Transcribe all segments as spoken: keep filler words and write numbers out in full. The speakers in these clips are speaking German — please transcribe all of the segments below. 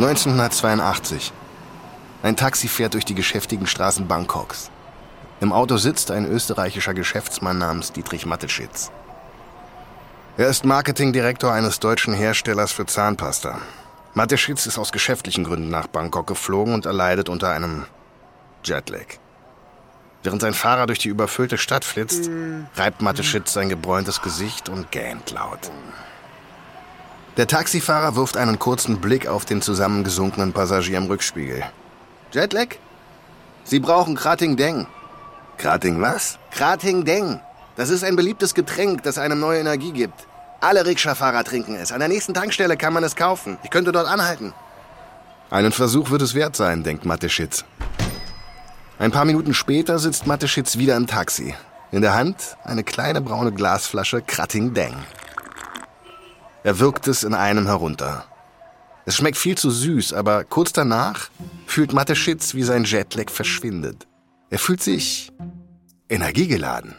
neunzehnhundertzweiundachtzig. Ein Taxi fährt durch die geschäftigen Straßen Bangkoks. Im Auto sitzt ein österreichischer Geschäftsmann namens Dietrich Mateschitz. Er ist Marketingdirektor eines deutschen Herstellers für Zahnpasta. Mateschitz ist aus geschäftlichen Gründen nach Bangkok geflogen und erleidet unter einem Jetlag. Während sein Fahrer durch die überfüllte Stadt flitzt, reibt Mateschitz sein gebräuntes Gesicht und gähnt laut. Der Taxifahrer wirft einen kurzen Blick auf den zusammengesunkenen Passagier im Rückspiegel. Jetlag? Sie brauchen Krating Deng. Krating was? Krating Deng. Das ist ein beliebtes Getränk, das einem neue Energie gibt. Alle Rikscha-Fahrer trinken es. An der nächsten Tankstelle kann man es kaufen. Ich könnte dort anhalten. Einen Versuch wird es wert sein, denkt Mateschitz. Ein paar Minuten später sitzt Mateschitz wieder im Taxi. In der Hand eine kleine braune Glasflasche Krating Deng. Er wirkt es in einem herunter. Es schmeckt viel zu süß, aber kurz danach fühlt Mateschitz, wie sein Jetlag verschwindet. Er fühlt sich energiegeladen.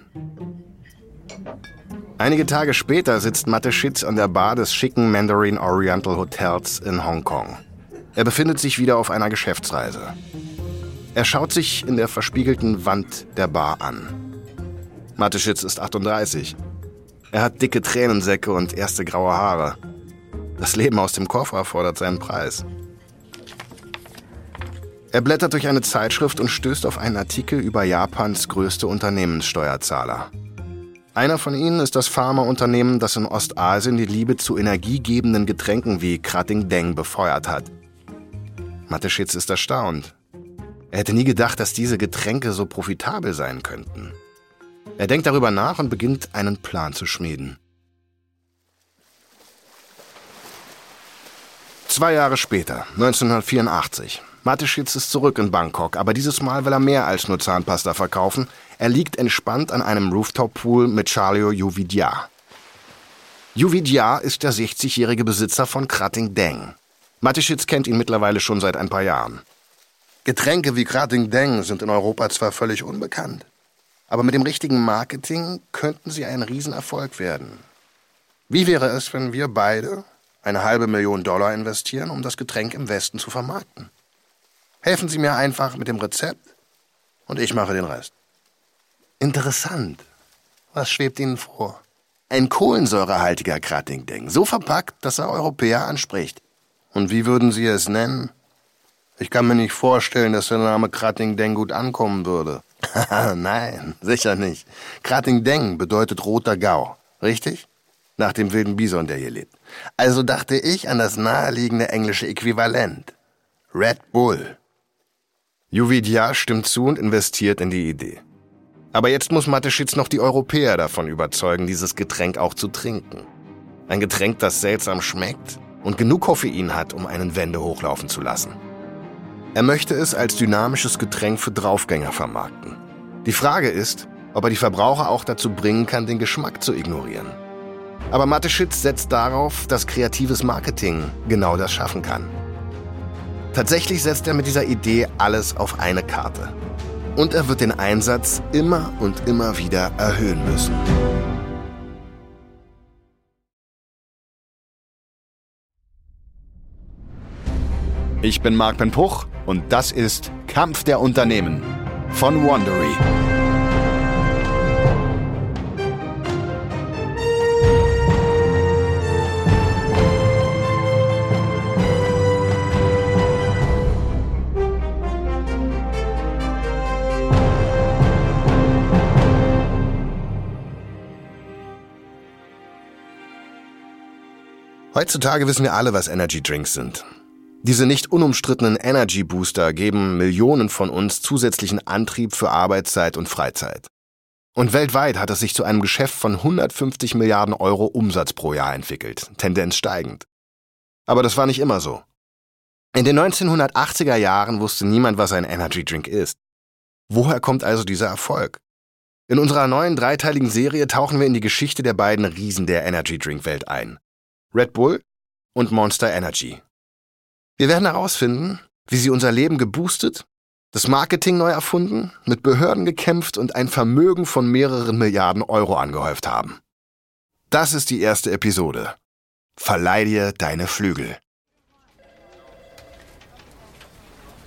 Einige Tage später sitzt Mateschitz an der Bar des schicken Mandarin Oriental Hotels in Hongkong. Er befindet sich wieder auf einer Geschäftsreise. Er schaut sich in der verspiegelten Wand der Bar an. Mateschitz ist achtunddreißig. Er hat dicke Tränensäcke und erste graue Haare. Das Leben aus dem Koffer erfordert seinen Preis. Er blättert durch eine Zeitschrift und stößt auf einen Artikel über Japans größte Unternehmenssteuerzahler. Einer von ihnen ist das Pharmaunternehmen, das in Ostasien die Liebe zu energiegebenden Getränken wie Krating Deng befeuert hat. Mateschitz ist erstaunt. Er hätte nie gedacht, dass diese Getränke so profitabel sein könnten. Er denkt darüber nach und beginnt, einen Plan zu schmieden. Zwei Jahre später, neunzehnhundertvierundachtzig. Mateschitz ist zurück in Bangkok, aber dieses Mal will er mehr als nur Zahnpasta verkaufen. Er liegt entspannt an einem Rooftop-Pool mit Charlio Yuvidya. Yuvidya ist der sechzigjährige Besitzer von Krating Deng. Mateschitz kennt ihn mittlerweile schon seit ein paar Jahren. Getränke wie Krating Deng sind in Europa zwar völlig unbekannt, aber mit dem richtigen Marketing könnten sie ein Riesenerfolg werden. Wie wäre es, wenn wir beide eine halbe Million Dollar investieren, um das Getränk im Westen zu vermarkten? Helfen Sie mir einfach mit dem Rezept und ich mache den Rest. Interessant. Was schwebt Ihnen vor? Ein kohlensäurehaltiger Krating Deng, so verpackt, dass er Europäer anspricht. Und wie würden Sie es nennen? Ich kann mir nicht vorstellen, dass der Name Krating Deng gut ankommen würde. Nein, sicher nicht. Krating Deng bedeutet roter Gau, richtig? Nach dem wilden Bison, der hier lebt. Also dachte ich an das naheliegende englische Äquivalent. Red Bull. Yuvidya stimmt zu und investiert in die Idee. Aber jetzt muss Mateschitz noch die Europäer davon überzeugen, dieses Getränk auch zu trinken. Ein Getränk, das seltsam schmeckt und genug Koffein hat, um einen Wände hochlaufen zu lassen. Er möchte es als dynamisches Getränk für Draufgänger vermarkten. Die Frage ist, ob er die Verbraucher auch dazu bringen kann, den Geschmack zu ignorieren. Aber Mateschitz setzt darauf, dass kreatives Marketing genau das schaffen kann. Tatsächlich setzt er mit dieser Idee alles auf eine Karte. Und er wird den Einsatz immer und immer wieder erhöhen müssen. Ich bin Marc Ben Puch und das ist Kampf der Unternehmen von Wandery. Heutzutage wissen wir alle, was Energy Drinks sind. Diese nicht unumstrittenen Energy Booster geben Millionen von uns zusätzlichen Antrieb für Arbeitszeit und Freizeit. Und weltweit hat es sich zu einem Geschäft von hundertfünfzig Milliarden Euro Umsatz pro Jahr entwickelt, Tendenz steigend. Aber das war nicht immer so. In den neunzehnhundertachtziger Jahren wusste niemand, was ein Energy Drink ist. Woher kommt also dieser Erfolg? In unserer neuen dreiteiligen Serie tauchen wir in die Geschichte der beiden Riesen der Energy Drink Welt ein. Red Bull und Monster Energy. Wir werden herausfinden, wie sie unser Leben geboostet, das Marketing neu erfunden, mit Behörden gekämpft und ein Vermögen von mehreren Milliarden Euro angehäuft haben. Das ist die erste Episode. Verleih dir deine Flügel.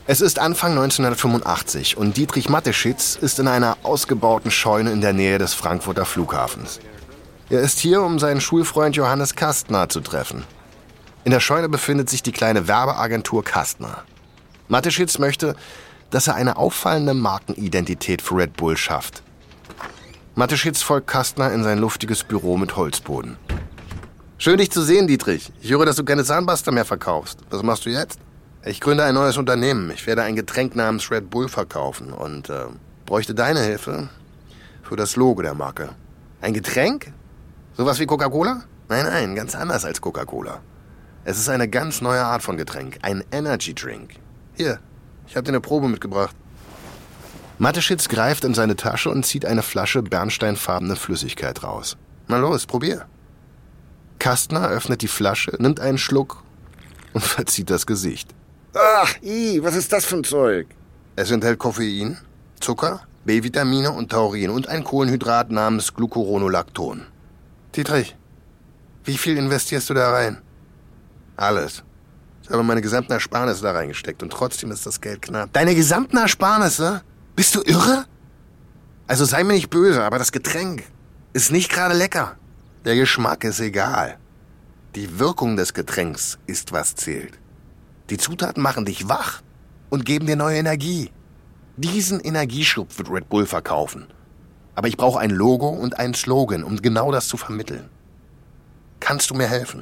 Es ist Anfang neunzehnhundertfünfundachtzig und Dietrich Mateschitz ist in einer ausgebauten Scheune in der Nähe des Frankfurter Flughafens. Er ist hier, um seinen Schulfreund Johannes Kastner zu treffen. In der Scheune befindet sich die kleine Werbeagentur Kastner. Mateschitz möchte, dass er eine auffallende Markenidentität für Red Bull schafft. Mateschitz folgt Kastner in sein luftiges Büro mit Holzboden. Schön, dich zu sehen, Dietrich. Ich höre, dass du keine Zahnpasta mehr verkaufst. Was machst du jetzt? Ich gründe ein neues Unternehmen. Ich werde ein Getränk namens Red Bull verkaufen und äh, bräuchte deine Hilfe für das Logo der Marke. Ein Getränk? Sowas wie Coca-Cola? Nein, nein, ganz anders als Coca-Cola. Es ist eine ganz neue Art von Getränk, ein Energy Drink. Hier, ich habe dir eine Probe mitgebracht. Mateschitz greift in seine Tasche und zieht eine Flasche bernsteinfarbene Flüssigkeit raus. Na los, probier. Kastner öffnet die Flasche, nimmt einen Schluck und verzieht das Gesicht. Ach, i, was ist das für ein Zeug? Es enthält Koffein, Zucker, B-Vitamine und Taurin und ein Kohlenhydrat namens Glucuronolacton. Dietrich, wie viel investierst du da rein? Alles. Ich habe meine gesamten Ersparnisse da reingesteckt und trotzdem ist das Geld knapp. Deine gesamten Ersparnisse? Bist du irre? Also sei mir nicht böse, aber das Getränk ist nicht gerade lecker. Der Geschmack ist egal. Die Wirkung des Getränks ist, was zählt. Die Zutaten machen dich wach und geben dir neue Energie. Diesen Energieschub wird Red Bull verkaufen. Aber ich brauche ein Logo und einen Slogan, um genau das zu vermitteln. Kannst du mir helfen?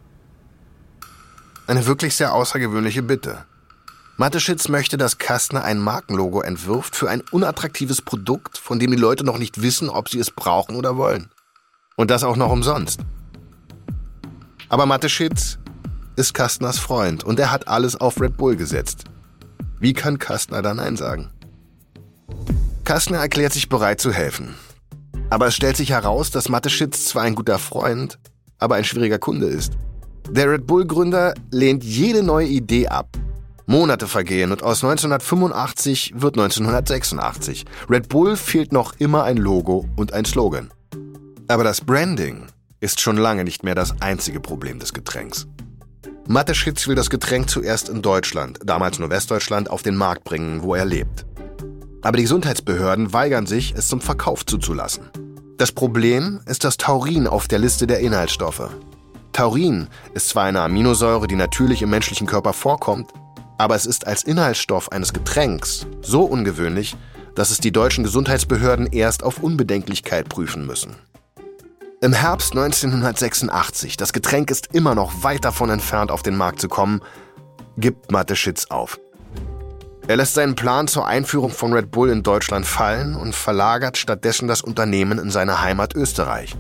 Eine wirklich sehr außergewöhnliche Bitte. Mateschitz möchte, dass Kastner ein Markenlogo entwirft für ein unattraktives Produkt, von dem die Leute noch nicht wissen, ob sie es brauchen oder wollen. Und das auch noch umsonst. Aber Mateschitz ist Kastners Freund und er hat alles auf Red Bull gesetzt. Wie kann Kastner dann Nein sagen? Kastner erklärt sich bereit zu helfen. Aber es stellt sich heraus, dass Mateschitz zwar ein guter Freund, aber ein schwieriger Kunde ist. Der Red Bull-Gründer lehnt jede neue Idee ab. Monate vergehen und aus neunzehnhundertfünfundachtzig wird neunzehnhundertsechsundachtzig. Red Bull fehlt noch immer ein Logo und ein Slogan. Aber das Branding ist schon lange nicht mehr das einzige Problem des Getränks. Mateschitz will das Getränk zuerst in Deutschland, damals nur Westdeutschland, auf den Markt bringen, wo er lebt. Aber die Gesundheitsbehörden weigern sich, es zum Verkauf zuzulassen. Das Problem ist das Taurin auf der Liste der Inhaltsstoffe. Taurin ist zwar eine Aminosäure, die natürlich im menschlichen Körper vorkommt, aber es ist als Inhaltsstoff eines Getränks so ungewöhnlich, dass es die deutschen Gesundheitsbehörden erst auf Unbedenklichkeit prüfen müssen. Im Herbst neunzehnhundertsechsundachtzig, das Getränk ist immer noch weit davon entfernt, auf den Markt zu kommen, gibt Mateschitz auf. Er lässt seinen Plan zur Einführung von Red Bull in Deutschland fallen und verlagert stattdessen das Unternehmen in seine Heimat Österreich.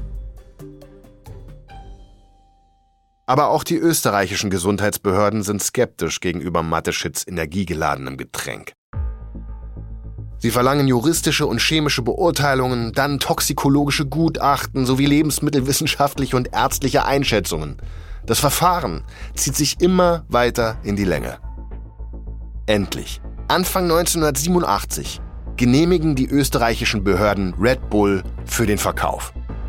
Aber auch die österreichischen Gesundheitsbehörden sind skeptisch gegenüber Mateschitz' energiegeladenem Getränk. Sie verlangen juristische und chemische Beurteilungen, dann toxikologische Gutachten sowie lebensmittelwissenschaftliche und ärztliche Einschätzungen. Das Verfahren zieht sich immer weiter in die Länge. Endlich, Anfang neunzehnhundertsiebenundachtzig, genehmigen die österreichischen Behörden Red Bull für den Verkauf.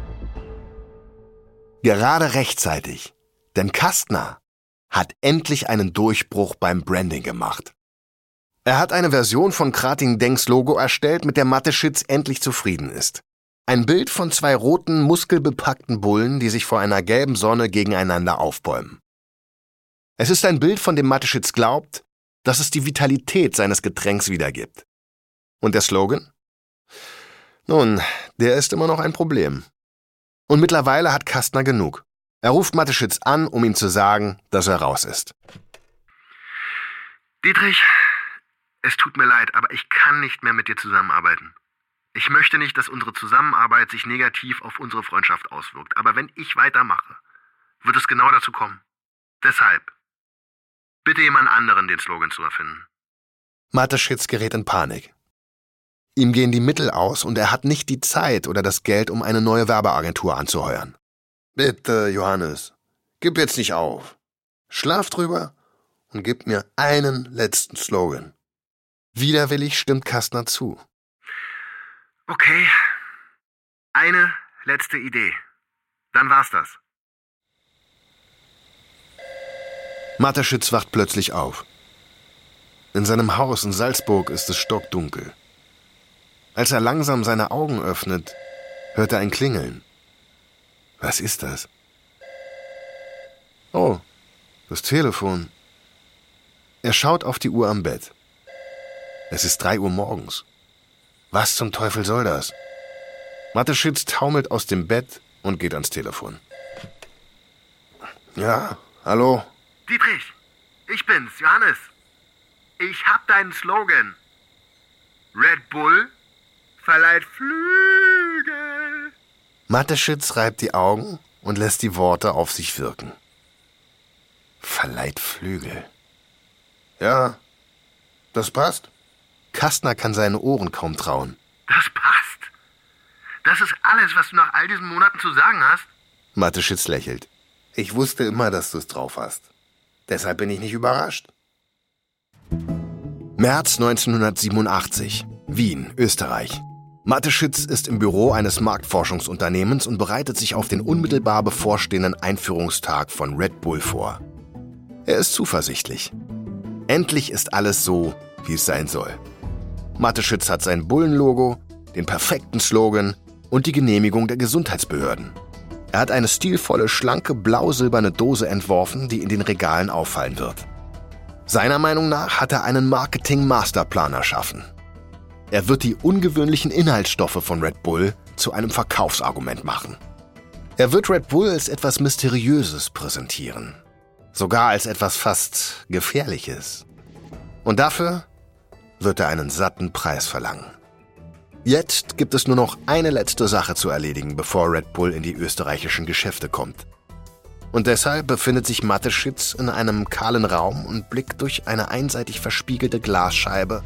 Gerade rechtzeitig, denn Kastner hat endlich einen Durchbruch beim Branding gemacht. Er hat eine Version von Krating Dengs Logo erstellt, mit der Mateschitz endlich zufrieden ist. Ein Bild von zwei roten, muskelbepackten Bullen, die sich vor einer gelben Sonne gegeneinander aufbäumen. Es ist ein Bild, von dem Mateschitz glaubt, dass es die Vitalität seines Getränks wiedergibt. Und der Slogan? Nun, der ist immer noch ein Problem. Und mittlerweile hat Kastner genug. Er ruft Mateschitz an, um ihm zu sagen, dass er raus ist. Dietrich, es tut mir leid, aber ich kann nicht mehr mit dir zusammenarbeiten. Ich möchte nicht, dass unsere Zusammenarbeit sich negativ auf unsere Freundschaft auswirkt. Aber wenn ich weitermache, wird es genau dazu kommen. Deshalb, bitte jemand anderen den Slogan zu erfinden. Mateschitz gerät in Panik. Ihm gehen die Mittel aus und er hat nicht die Zeit oder das Geld, um eine neue Werbeagentur anzuheuern. Bitte, Johannes, gib jetzt nicht auf. Schlaf drüber und gib mir einen letzten Slogan. Widerwillig stimmt Kastner zu. Okay, eine letzte Idee. Dann war's das. Mateschitz wacht plötzlich auf. In seinem Haus in Salzburg ist es stockdunkel. Als er langsam seine Augen öffnet, hört er ein Klingeln. Was ist das? Oh, das Telefon. Er schaut auf die Uhr am Bett. Es ist drei Uhr morgens. Was zum Teufel soll das? Mateschitz taumelt aus dem Bett und geht ans Telefon. Ja, hallo? Dietrich, ich bin's, Johannes. Ich hab deinen Slogan. Red Bull verleiht Flügel. Mateschitz reibt die Augen und lässt die Worte auf sich wirken. Verleiht Flügel. Ja, das passt. Kastner kann seinen Ohren kaum trauen. Das passt. Das ist alles, was du nach all diesen Monaten zu sagen hast? Mateschitz lächelt. Ich wusste immer, dass du es drauf hast. Deshalb bin ich nicht überrascht. März neunzehnhundertsiebenundachtzig. Wien, Österreich. Mateschitz ist im Büro eines Marktforschungsunternehmens und bereitet sich auf den unmittelbar bevorstehenden Einführungstag von Red Bull vor. Er ist zuversichtlich. Endlich ist alles so, wie es sein soll. Mateschitz hat sein Bullenlogo, den perfekten Slogan und die Genehmigung der Gesundheitsbehörden. Er hat eine stilvolle, schlanke, blau-silberne Dose entworfen, die in den Regalen auffallen wird. Seiner Meinung nach hat er einen Marketing-Masterplan erschaffen. Er wird die ungewöhnlichen Inhaltsstoffe von Red Bull zu einem Verkaufsargument machen. Er wird Red Bull als etwas Mysteriöses präsentieren. Sogar als etwas fast Gefährliches. Und dafür wird er einen satten Preis verlangen. Jetzt gibt es nur noch eine letzte Sache zu erledigen, bevor Red Bull in die österreichischen Geschäfte kommt. Und deshalb befindet sich Mateschitz in einem kahlen Raum und blickt durch eine einseitig verspiegelte Glasscheibe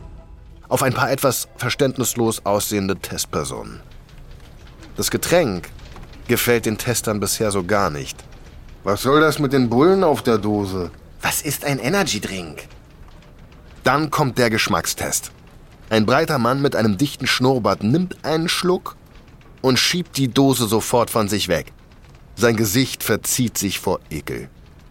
auf ein paar etwas verständnislos aussehende Testpersonen. Das Getränk gefällt den Testern bisher so gar nicht. Was soll das mit den Bullen auf der Dose? Was ist ein Energy-Drink? Dann kommt der Geschmackstest. Ein breiter Mann mit einem dichten Schnurrbart nimmt einen Schluck und schiebt die Dose sofort von sich weg. Sein Gesicht verzieht sich vor Ekel.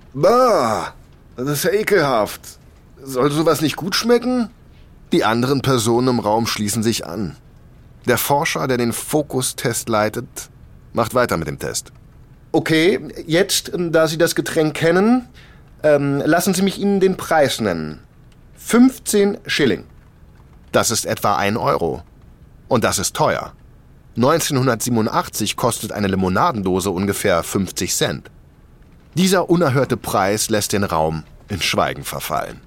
Bah, das ist ja ekelhaft. Soll sowas nicht gut schmecken? Die anderen Personen im Raum schließen sich an. Der Forscher, der den Fokustest leitet, macht weiter mit dem Test. Okay, jetzt, da Sie das Getränk kennen, ähm, lassen Sie mich Ihnen den Preis nennen. fünfzehn Schilling. Das ist etwa ein Euro. Und das ist teuer. neunzehnhundertsiebenundachtzig kostet eine Limonadendose ungefähr fünfzig Cent. Dieser unerhörte Preis lässt den Raum in Schweigen verfallen.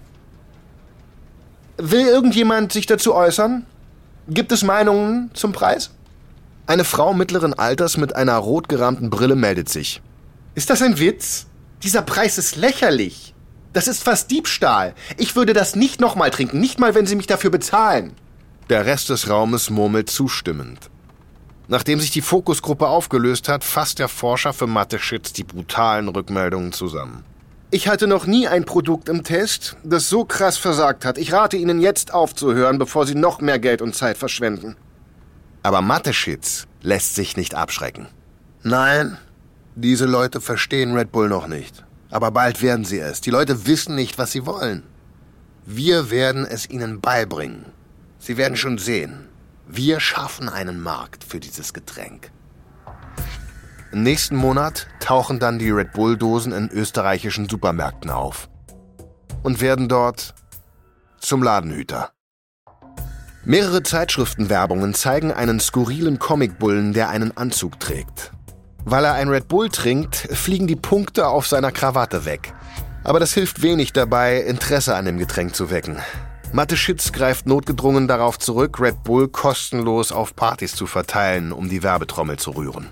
Will irgendjemand sich dazu äußern? Gibt es Meinungen zum Preis? Eine Frau mittleren Alters mit einer rot gerahmten Brille meldet sich. Ist das ein Witz? Dieser Preis ist lächerlich. Das ist fast Diebstahl. Ich würde das nicht nochmal trinken, nicht mal, wenn Sie mich dafür bezahlen. Der Rest des Raumes murmelt zustimmend. Nachdem sich die Fokusgruppe aufgelöst hat, fasst der Forscher für Mateschitz die brutalen Rückmeldungen zusammen. Ich hatte noch nie ein Produkt im Test, das so krass versagt hat. Ich rate Ihnen jetzt aufzuhören, bevor Sie noch mehr Geld und Zeit verschwenden. Aber Mateschitz lässt sich nicht abschrecken. Nein, diese Leute verstehen Red Bull noch nicht. Aber bald werden sie es. Die Leute wissen nicht, was sie wollen. Wir werden es ihnen beibringen. Sie werden schon sehen. Wir schaffen einen Markt für dieses Getränk. Im nächsten Monat tauchen dann die Red Bull-Dosen in österreichischen Supermärkten auf und werden dort zum Ladenhüter. Mehrere Zeitschriftenwerbungen zeigen einen skurrilen Comicbullen, der einen Anzug trägt. Weil er ein Red Bull trinkt, fliegen die Punkte auf seiner Krawatte weg. Aber das hilft wenig dabei, Interesse an dem Getränk zu wecken. Mateschitz greift notgedrungen darauf zurück, Red Bull kostenlos auf Partys zu verteilen, um die Werbetrommel zu rühren.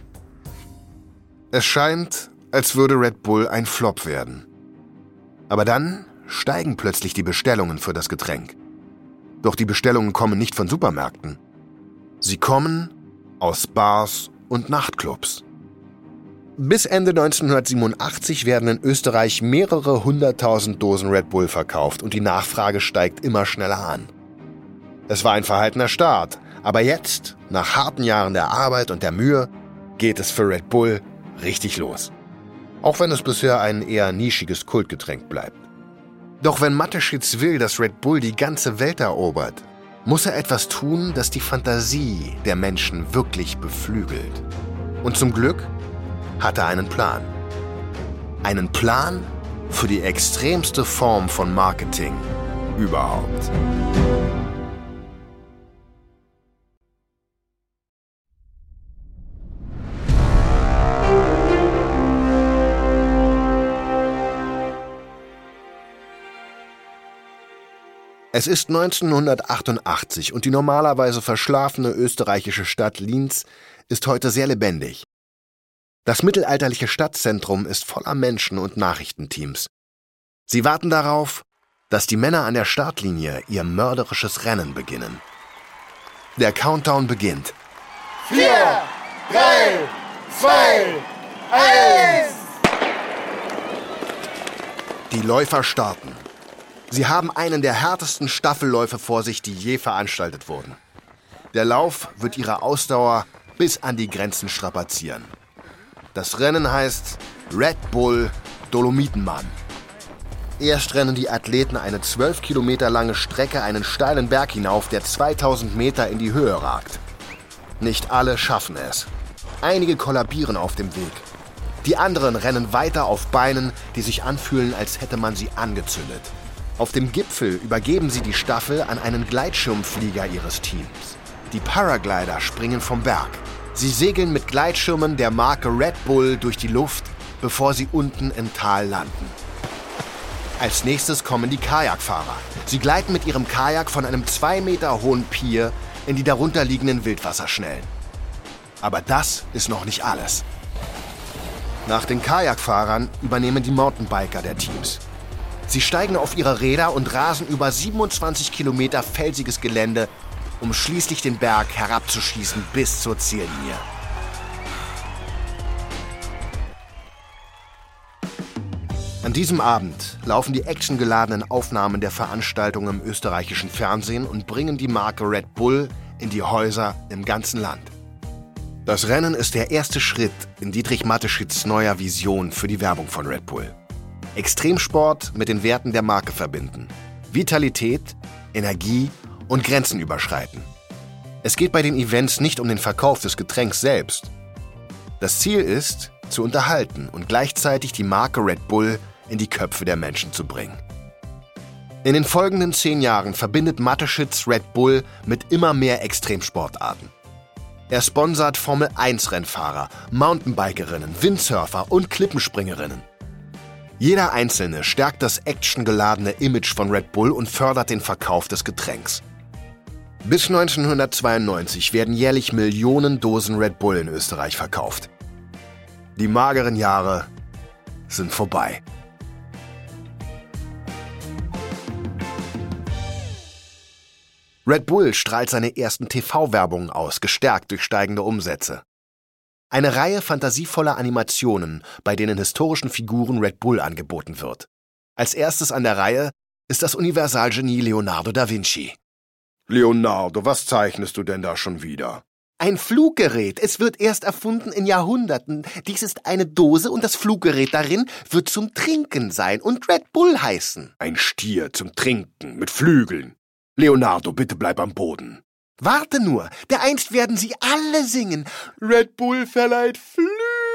Es scheint, als würde Red Bull ein Flop werden. Aber dann steigen plötzlich die Bestellungen für das Getränk. Doch die Bestellungen kommen nicht von Supermärkten. Sie kommen aus Bars und Nachtclubs. Bis Ende neunzehnhundertsiebenundachtzig werden in Österreich mehrere hunderttausend Dosen Red Bull verkauft und die Nachfrage steigt immer schneller an. Es war ein verhaltener Start, aber jetzt, nach harten Jahren der Arbeit und der Mühe, geht es für Red Bull richtig los. Auch wenn es bisher ein eher nischiges Kultgetränk bleibt. Doch wenn Mateschitz will, dass Red Bull die ganze Welt erobert, muss er etwas tun, das die Fantasie der Menschen wirklich beflügelt. Und zum Glück hat er einen Plan. Einen Plan für die extremste Form von Marketing überhaupt. Es ist neunzehnhundertachtundachtzig und die normalerweise verschlafene österreichische Stadt Linz ist heute sehr lebendig. Das mittelalterliche Stadtzentrum ist voller Menschen und Nachrichtenteams. Sie warten darauf, dass die Männer an der Startlinie ihr mörderisches Rennen beginnen. Der Countdown beginnt. Vier, drei, zwei, eins! Die Läufer starten. Sie haben einen der härtesten Staffelläufe vor sich, die je veranstaltet wurden. Der Lauf wird ihre Ausdauer bis an die Grenzen strapazieren. Das Rennen heißt Red Bull Dolomitenmann. Erst rennen die Athleten eine zwölf Kilometer lange Strecke einen steilen Berg hinauf, der zweitausend Meter in die Höhe ragt. Nicht alle schaffen es. Einige kollabieren auf dem Weg. Die anderen rennen weiter auf Beinen, die sich anfühlen, als hätte man sie angezündet. Auf dem Gipfel übergeben sie die Staffel an einen Gleitschirmflieger ihres Teams. Die Paraglider springen vom Berg. Sie segeln mit Gleitschirmen der Marke Red Bull durch die Luft, bevor sie unten im Tal landen. Als nächstes kommen die Kajakfahrer. Sie gleiten mit ihrem Kajak von einem zwei Meter hohen Pier in die darunterliegenden Wildwasserschnellen. Aber das ist noch nicht alles. Nach den Kajakfahrern übernehmen die Mountainbiker der Teams. Sie steigen auf ihre Räder und rasen über siebenundzwanzig Kilometer felsiges Gelände, um schließlich den Berg herabzuschießen bis zur Ziellinie. An diesem Abend laufen die actiongeladenen Aufnahmen der Veranstaltung im österreichischen Fernsehen und bringen die Marke Red Bull in die Häuser im ganzen Land. Das Rennen ist der erste Schritt in Dietrich Mateschitz' neuer Vision für die Werbung von Red Bull. Extremsport mit den Werten der Marke verbinden. Vitalität, Energie und Grenzen überschreiten. Es geht bei den Events nicht um den Verkauf des Getränks selbst. Das Ziel ist, zu unterhalten und gleichzeitig die Marke Red Bull in die Köpfe der Menschen zu bringen. In den folgenden zehn Jahren verbindet Mateschitz Red Bull mit immer mehr Extremsportarten. Er sponsert Formel eins Rennfahrer, Mountainbikerinnen, Windsurfer und Klippenspringerinnen. Jeder Einzelne stärkt das actiongeladene Image von Red Bull und fördert den Verkauf des Getränks. Bis neunzehnhundertzweiundneunzig werden jährlich Millionen Dosen Red Bull in Österreich verkauft. Die mageren Jahre sind vorbei. Red Bull strahlt seine ersten T V-Werbungen aus, gestärkt durch steigende Umsätze. Eine Reihe fantasievoller Animationen, bei denen historischen Figuren Red Bull angeboten wird. Als erstes an der Reihe ist das Universalgenie Leonardo da Vinci. Leonardo, was zeichnest du denn da schon wieder? Ein Fluggerät. Es wird erst erfunden in Jahrhunderten. Dies ist eine Dose und das Fluggerät darin wird zum Trinken sein und Red Bull heißen. Ein Stier zum Trinken mit Flügeln. Leonardo, bitte bleib am Boden. Warte nur, dereinst werden sie alle singen. Red Bull verleiht Flügel.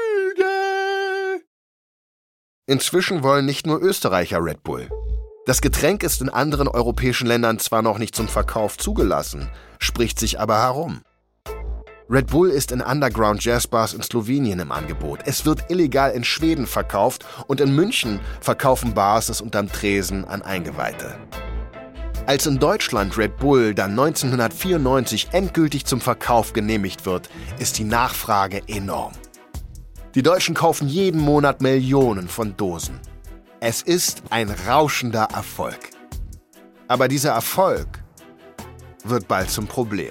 Inzwischen wollen nicht nur Österreicher Red Bull. Das Getränk ist in anderen europäischen Ländern zwar noch nicht zum Verkauf zugelassen, spricht sich aber herum. Red Bull ist in Underground-Jazzbars in Slowenien im Angebot. Es wird illegal in Schweden verkauft und in München verkaufen Bars es unterm Tresen an Eingeweihte. Als in Deutschland Red Bull dann neunzehnhundertvierundneunzig endgültig zum Verkauf genehmigt wird, ist die Nachfrage enorm. Die Deutschen kaufen jeden Monat Millionen von Dosen. Es ist ein rauschender Erfolg. Aber dieser Erfolg wird bald zum Problem.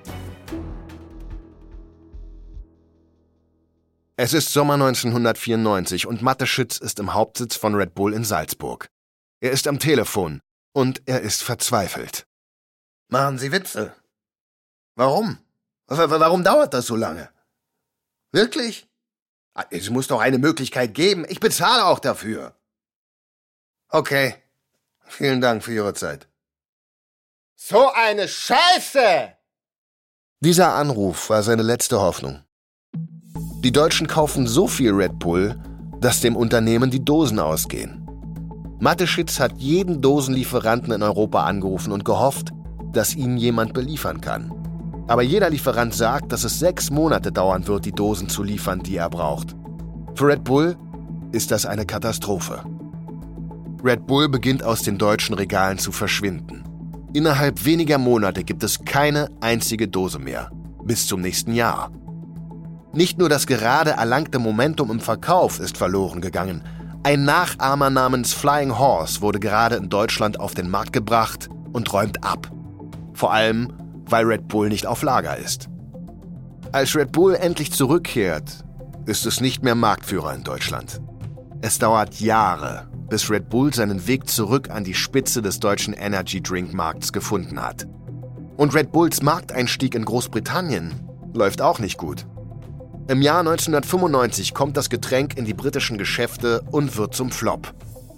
Es ist Sommer neunzehnhundertvierundneunzig und Mateschitz ist im Hauptsitz von Red Bull in Salzburg. Er ist am Telefon. Und er ist verzweifelt. Machen Sie Witze. Warum? Warum dauert das so lange? Wirklich? Es muss doch eine Möglichkeit geben. Ich bezahle auch dafür. Okay, Vielen Dank für Ihre Zeit. So eine Scheiße! Dieser Anruf war seine letzte Hoffnung. Die Deutschen kaufen so viel Red Bull, dass dem Unternehmen die Dosen ausgehen. Mateschitz hat jeden Dosenlieferanten in Europa angerufen und gehofft, dass ihn jemand beliefern kann. Aber jeder Lieferant sagt, dass es sechs Monate dauern wird, die Dosen zu liefern, die er braucht. Für Red Bull ist das eine Katastrophe. Red Bull beginnt aus den deutschen Regalen zu verschwinden. Innerhalb weniger Monate gibt es keine einzige Dose mehr. Bis zum nächsten Jahr. Nicht nur das gerade erlangte Momentum im Verkauf ist verloren gegangen. Ein Nachahmer namens Flying Horse wurde gerade in Deutschland auf den Markt gebracht und räumt ab. Vor allem, weil Red Bull nicht auf Lager ist. Als Red Bull endlich zurückkehrt, ist es nicht mehr Marktführer in Deutschland. Es dauert Jahre, bis Red Bull seinen Weg zurück an die Spitze des deutschen Energy-Drink-Markts gefunden hat. Und Red Bulls Markteinstieg in Großbritannien läuft auch nicht gut. Im Jahr neunzehnhundertfünfundneunzig kommt das Getränk in die britischen Geschäfte und wird zum Flop.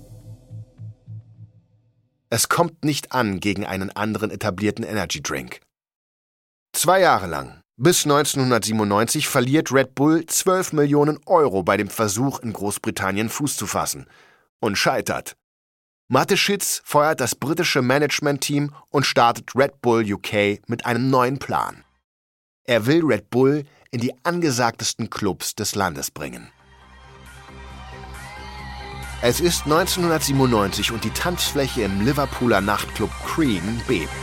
Es kommt nicht an gegen einen anderen etablierten Energy-Drink. Zwei Jahre lang, bis neunzehnhundertsiebenundneunzig, verliert Red Bull zwölf Millionen Euro bei dem Versuch, in Großbritannien Fuß zu fassen. Und scheitert. Mateschitz feuert das britische Management-Team und startet Red Bull U K mit einem neuen Plan. Er will Red Bull in die angesagtesten Clubs des Landes bringen. Es ist neunzehnhundertsiebenundneunzig und die Tanzfläche im Liverpooler Nachtclub Cream bebt.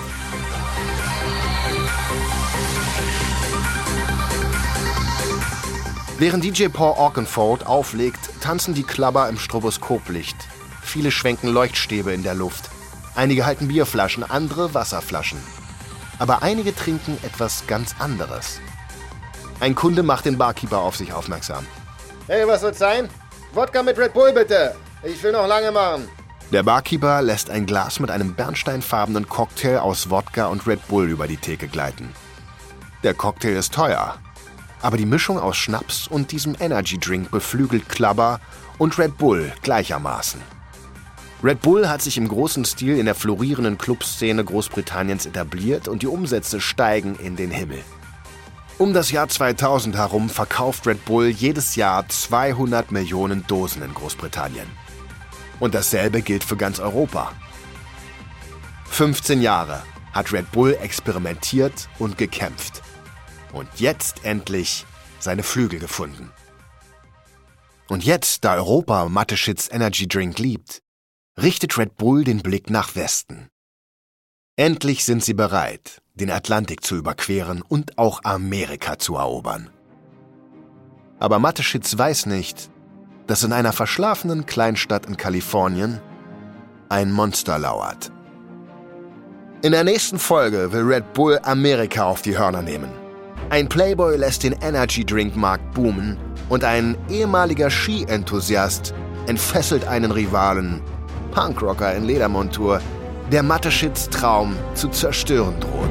Während D J Paul Oakenfold auflegt, tanzen die Clubber im Stroboskoplicht. Viele schwenken Leuchtstäbe in der Luft. Einige halten Bierflaschen, andere Wasserflaschen. Aber einige trinken etwas ganz anderes. Ein Kunde macht den Barkeeper auf sich aufmerksam. Hey, was soll's sein? Wodka mit Red Bull bitte. Ich will noch lange machen. Der Barkeeper lässt ein Glas mit einem bernsteinfarbenen Cocktail aus Wodka und Red Bull über die Theke gleiten. Der Cocktail ist teuer. Aber die Mischung aus Schnaps und diesem Energy-Drink beflügelt Clubber und Red Bull gleichermaßen. Red Bull hat sich im großen Stil in der florierenden Clubszene Großbritanniens etabliert und die Umsätze steigen in den Himmel. Um das Jahr zweitausend herum verkauft Red Bull jedes Jahr zweihundert Millionen Dosen in Großbritannien. Und dasselbe gilt für ganz Europa. fünfzehn Jahre hat Red Bull experimentiert und gekämpft. Und jetzt endlich seine Flügel gefunden. Und jetzt, da Europa Mateschitz Energy Drink liebt, richtet Red Bull den Blick nach Westen. Endlich sind sie bereit, den Atlantik zu überqueren und auch Amerika zu erobern. Aber Mateschitz weiß nicht, dass in einer verschlafenen Kleinstadt in Kalifornien ein Monster lauert. In der nächsten Folge will Red Bull Amerika auf die Hörner nehmen. Ein Playboy lässt den Energy-Drink-Markt boomen und ein ehemaliger Ski-Enthusiast entfesselt einen Rivalen, Punkrocker in Ledermontur, der Mateschitz Traum zu zerstören droht.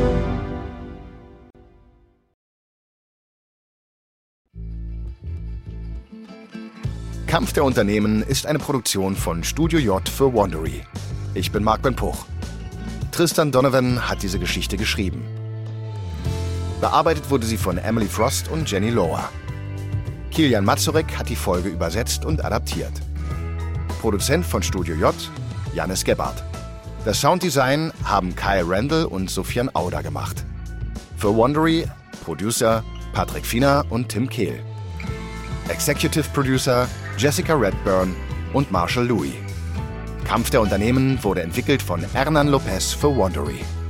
Kampf der Unternehmen ist eine Produktion von Studio J für Wondery. Ich bin Mark Ben Puch. Tristan Donovan hat diese Geschichte geschrieben. Bearbeitet wurde sie von Emily Frost und Jenny Lower. Kilian Mazurek hat die Folge übersetzt und adaptiert. Produzent von Studio J, Jannis Gebhardt. Das Sounddesign haben Kai Randall und Sofian Auder gemacht. Für Wondery Producer Patrick Fiener und Tim Kehl. Executive Producer Jessica Redburn und Marshall Louis. Kampf der Unternehmen wurde entwickelt von Hernan Lopez für Wondery.